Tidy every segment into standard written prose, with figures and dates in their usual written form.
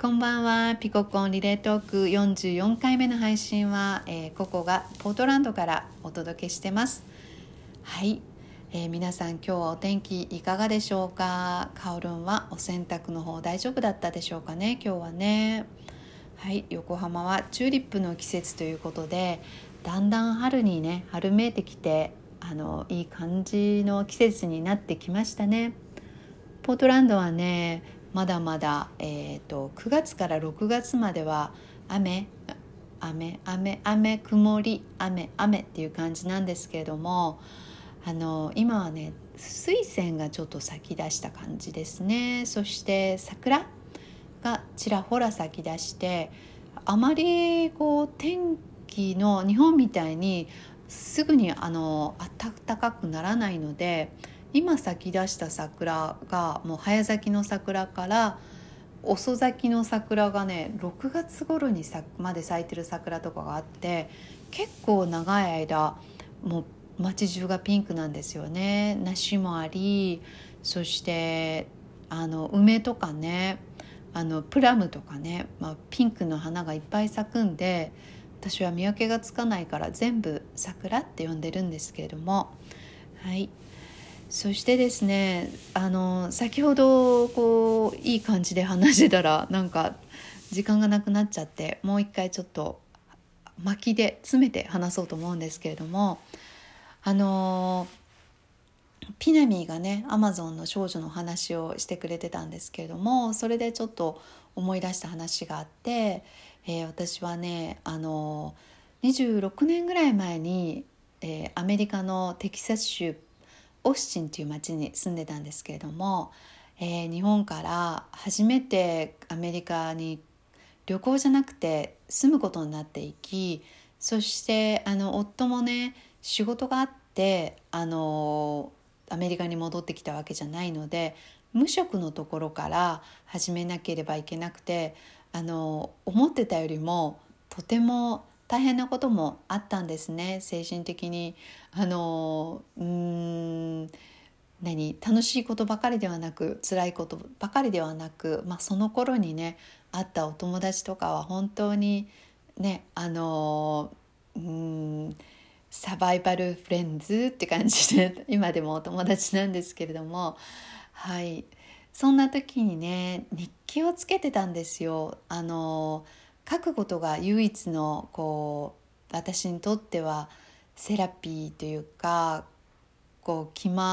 こんばんは。ピココンリレートーク44回目の配信は、ココがポートランドからお届けしてます。はい、皆さん今日はお天気いかがでしょうか。カオルンはお洗濯の方大丈夫だったでしょうかね、今日はね。はい、横浜はチューリップの季節ということで、だんだん春めいてきて、いい感じの季節になってきましたね。ポートランドはね、まだまだ、9月から6月までは雨曇り雨っていう感じなんですけれども、今はね水仙がちょっと咲き出した感じですね。そして桜がちらほら咲き出して、あまり天気の日本みたいにすぐに暖かくならないので、今咲き出した桜がもう早咲きの桜から遅咲きの桜がね6月頃にまで咲いてる桜とかがあって、結構長い間もう街中がピンクなんですよね。梨もあり、そして梅とかね、プラムとかね、ピンクの花がいっぱい咲くんで、私は見分けがつかないから全部桜って呼んでるんですけれども、はい。そしてですね、先ほどいい感じで話してたらなんか時間がなくなっちゃって、もう一回ちょっと巻きで詰めて話そうと思うんですけれども、ピナミーがねアマゾンの少女の話をしてくれてたんですけれども、それでちょっと思い出した話があって、私はね26年ぐらい前に、アメリカのテキサス州オースティンという町に住んでたんですけれども、日本から初めてアメリカに旅行じゃなくて住むことになっていき、そして夫もね仕事があってアメリカに戻ってきたわけじゃないので、無職のところから始めなければいけなくて、思ってたよりもとても大変なこともあったんですね。精神的に楽しいことばかりではなく辛いことばかりではなく、その頃にね会ったお友達とかは本当にねサバイバルフレンズって感じで今でもお友達なんですけれども、はい、そんな時にね日記をつけてたんですよ。書くことが唯一の私にとってはセラピーというか、気を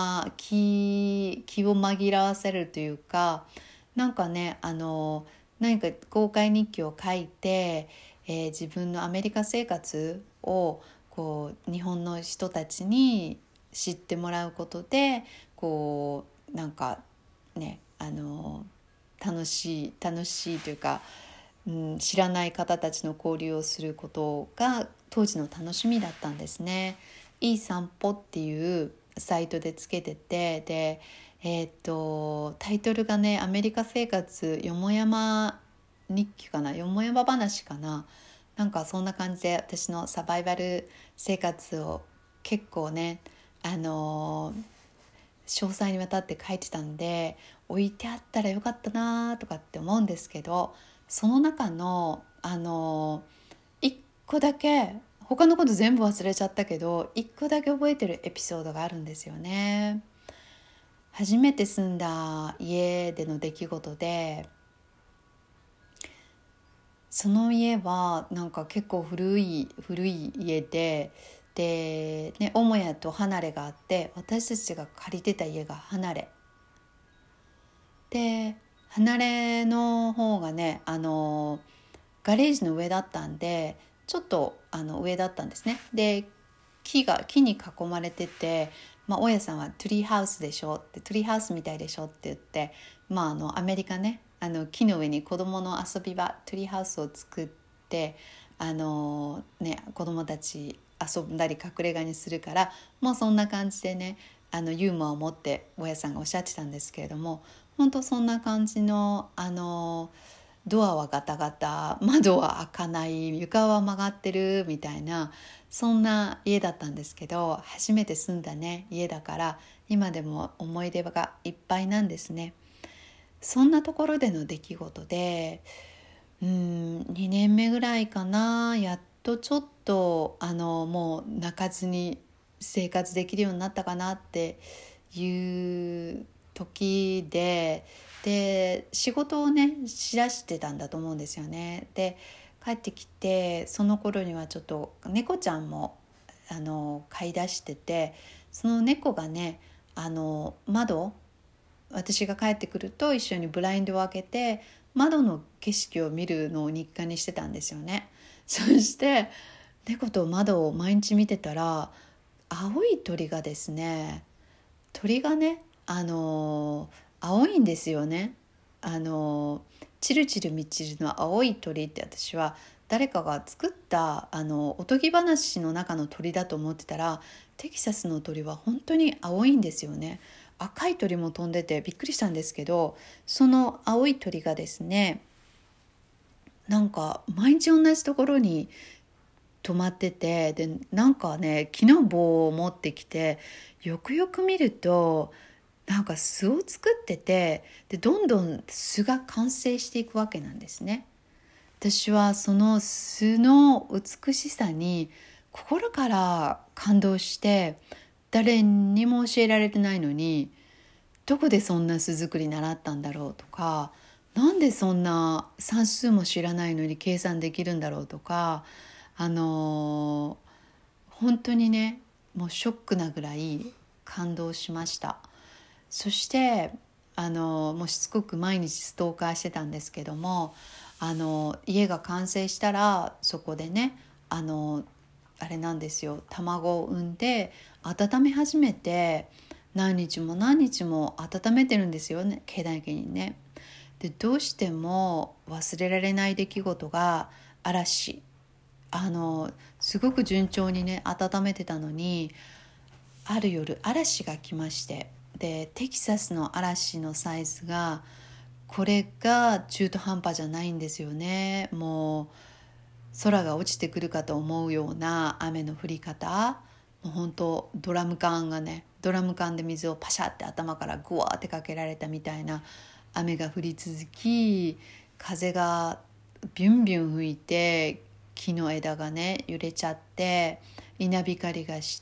紛らわせるというか、なんかね何か公開日記を書いて、自分のアメリカ生活を日本の人たちに知ってもらうことでなんかね楽しいというか、知らない方たちの交流をすることが当時の楽しみだったんですね。いい散歩っていうサイトでつけてて、でタイトルがねアメリカ生活よもやま日記かな、よもやま話かな、なんかそんな感じで私のサバイバル生活を結構ね詳細にわたって書いてたんで、置いてあったらよかったなとかって思うんですけど、その中の一個だけ、他のこと全部忘れちゃったけど一個だけ覚えてるエピソードがあるんですよね。初めて住んだ家での出来事で、その家はなんか結構古い家で、母屋と離れがあって、私たちが借りてた家が離れで、離れの方がねガレージの上だったんで、ちょっと上だったんですね。で木に囲まれてて、大家さんはトゥリーハウスでしょって、トゥリーハウスみたいでしょって言って、アメリカね木の上に子供の遊び場トゥリーハウスを作って、子供たち遊んだり隠れ家にするから、もうそんな感じでねユーモアを持って大家さんがおっしゃってたんですけれども、本当そんな感じのドアはガタガタ、窓は開かない、床は曲がってるみたいな、そんな家だったんですけど、初めて住んだね家だから今でも思い出がいっぱいなんですね。そんなところでの出来事で、 2年目ぐらいかな、やっとちょっともう泣かずに生活できるようになったかなっていう時で仕事をねしだしてたんだと思うんですよね。で帰ってきてその頃にはちょっと猫ちゃんも飼い出してて、その猫がね窓、私が帰ってくると一緒にブラインドを開けて窓の景色を見るのを日課にしてたんですよね。そして猫と窓を毎日見てたら、青い鳥がですね、鳥がね青いんですよね。チルチルミチルの青い鳥って、私は誰かが作ったおとぎ話の中の鳥だと思ってたら、テキサスの鳥は本当に青いんですよね。赤い鳥も飛んでてびっくりしたんですけど、その青い鳥がですね、なんか毎日同じところに止まってて、でなんかね木の棒を持ってきて、よくよく見るとなんか巣を作ってて、でどんどん巣が完成していくわけなんですね。私はその巣の美しさに心から感動して、誰にも教えられてないのにどこでそんな巣作り習ったんだろうとか、なんでそんな算数も知らないのに計算できるんだろうとか、本当にねもうショックなぐらい感動しました。そしてもうしつこく毎日ストーカーしてたんですけども、家が完成したらそこでねあれなんですよ、卵を産んで温め始めて、何日も何日も温めてるんですよね、けなげにね。でどうしても忘れられない出来事が嵐、すごく順調にね温めてたのに、ある夜嵐が来まして、でテキサスの嵐のサイズが、これが中途半端じゃないんですよね。もう空が落ちてくるかと思うような雨の降り方、もう本当ドラム缶で水をパシャって頭からグワーってかけられたみたいな雨が降り続き、風がビュンビュン吹いて木の枝がね揺れちゃって、稲光がして、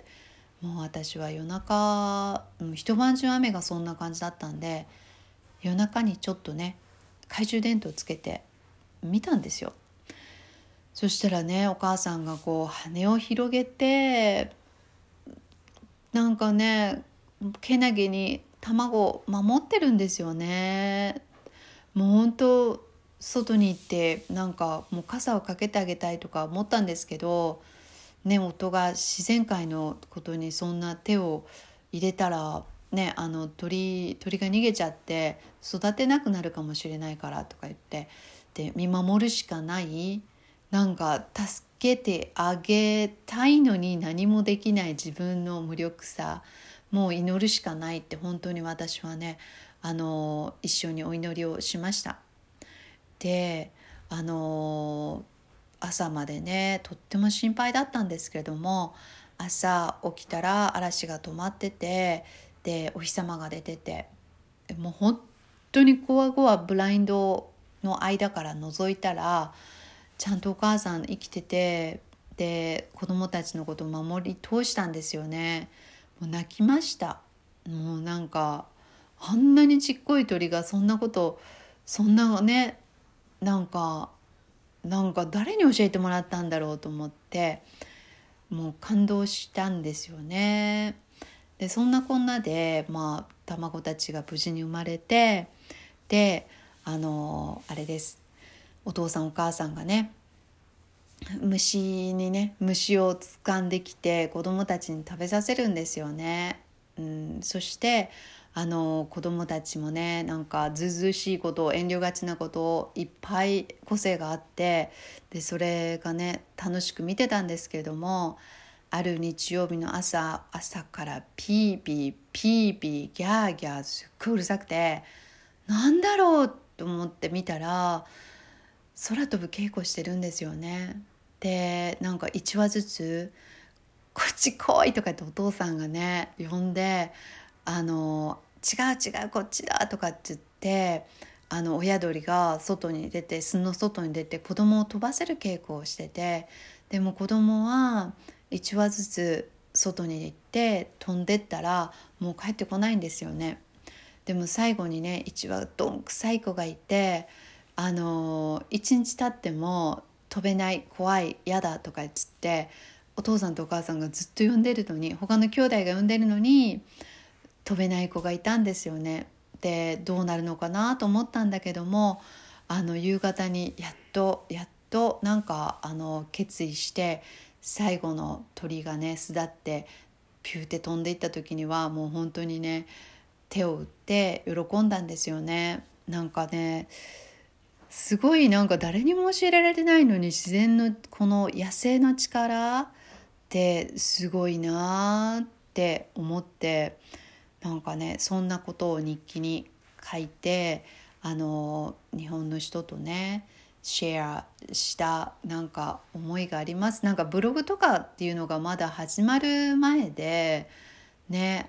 もう私は夜中、一晩中雨がそんな感じだったんで、夜中にちょっとね懐中電灯つけて見たんですよ。そしたらねお母さんがこう羽を広げて、なんかねけなげに卵を守ってるんですよね。もう本当外に行ってなんかもう傘をかけてあげたいとか思ったんですけどね、夫が自然界のことにそんな手を入れたらね、鳥が逃げちゃって育てなくなるかもしれないからとか言って、で見守るしかない、なんか助けてあげたいのに何もできない自分の無力さ、もう祈るしかないって、本当に私はね一緒にお祈りをしました。で朝までねとっても心配だったんですけれども、朝起きたら嵐が止まってて、でお日様が出てて、もう本当にこわごわブラインドの間から覗いたらちゃんとお母さん生きてて、で子供たちのことを守り通したんですよね。もう泣きました。もうなんかあんなにちっこい鳥がそんなこと、そんなね、なんか誰に教えてもらったんだろうと思って、もう感動したんですよね。でそんなこんなで、卵たちが無事に生まれて、であれです、お父さんお母さんがね虫を掴んできて子供たちに食べさせるんですよね。そして子供たちもねなんかずうずうしいことを、遠慮がちなことをいっぱい個性があって、でそれがね楽しく見てたんですけれども、ある日曜日の朝からピーピーピーピーギャーギャーすっごいうるさくて、なんだろうと思って見たら空飛ぶ稽古してるんですよね。でなんか1羽ずつこっち来いとか言ってお父さんがね呼んで、違う違うこっちだとかって言って親鳥が外に出て巣の外に出て子供を飛ばせる稽古をしてて、でも子供は1羽ずつ外に行って飛んでったらもう帰ってこないんですよね。でも最後にね1羽どんくさい子がいて、1日経っても飛べない、怖い、嫌だとか言ってお父さんとお母さんがずっと呼んでるのに、他の兄弟が呼んでるのに飛べない子がいたんですよね。でどうなるのかなと思ったんだけども、夕方にやっとなんか決意して最後の鳥がね巣立ってピューって飛んでいった時にはもう本当にね手を打って喜んだんですよね。なんかねすごいなんか誰にも教えられてないのに自然のこの野生の力ってすごいなって思って、なんかねそんなことを日記に書いて日本の人とねシェアしたなんか思いがあります。なんかブログとかっていうのがまだ始まる前でね、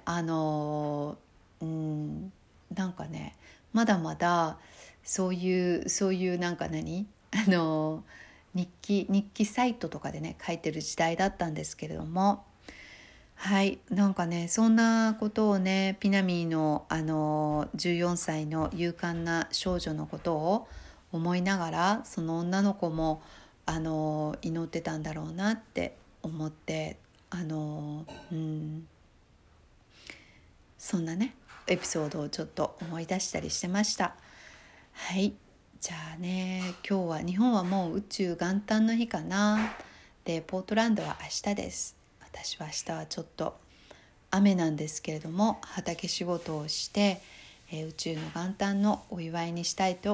なんかねまだまだそういうなんか日記サイトとかでね書いてる時代だったんですけれども、はい、なんかねそんなことをねピナミーの14歳の勇敢な少女のことを思いながら、その女の子も祈ってたんだろうなって思って、そんなねエピソードをちょっと思い出したりしてました。はい、じゃあね今日は日本はもう宇宙元旦の日かな。でポートランドは明日です。私は明日はちょっと雨なんですけれども畑仕事をして、宇宙の元旦のお祝いにしたいと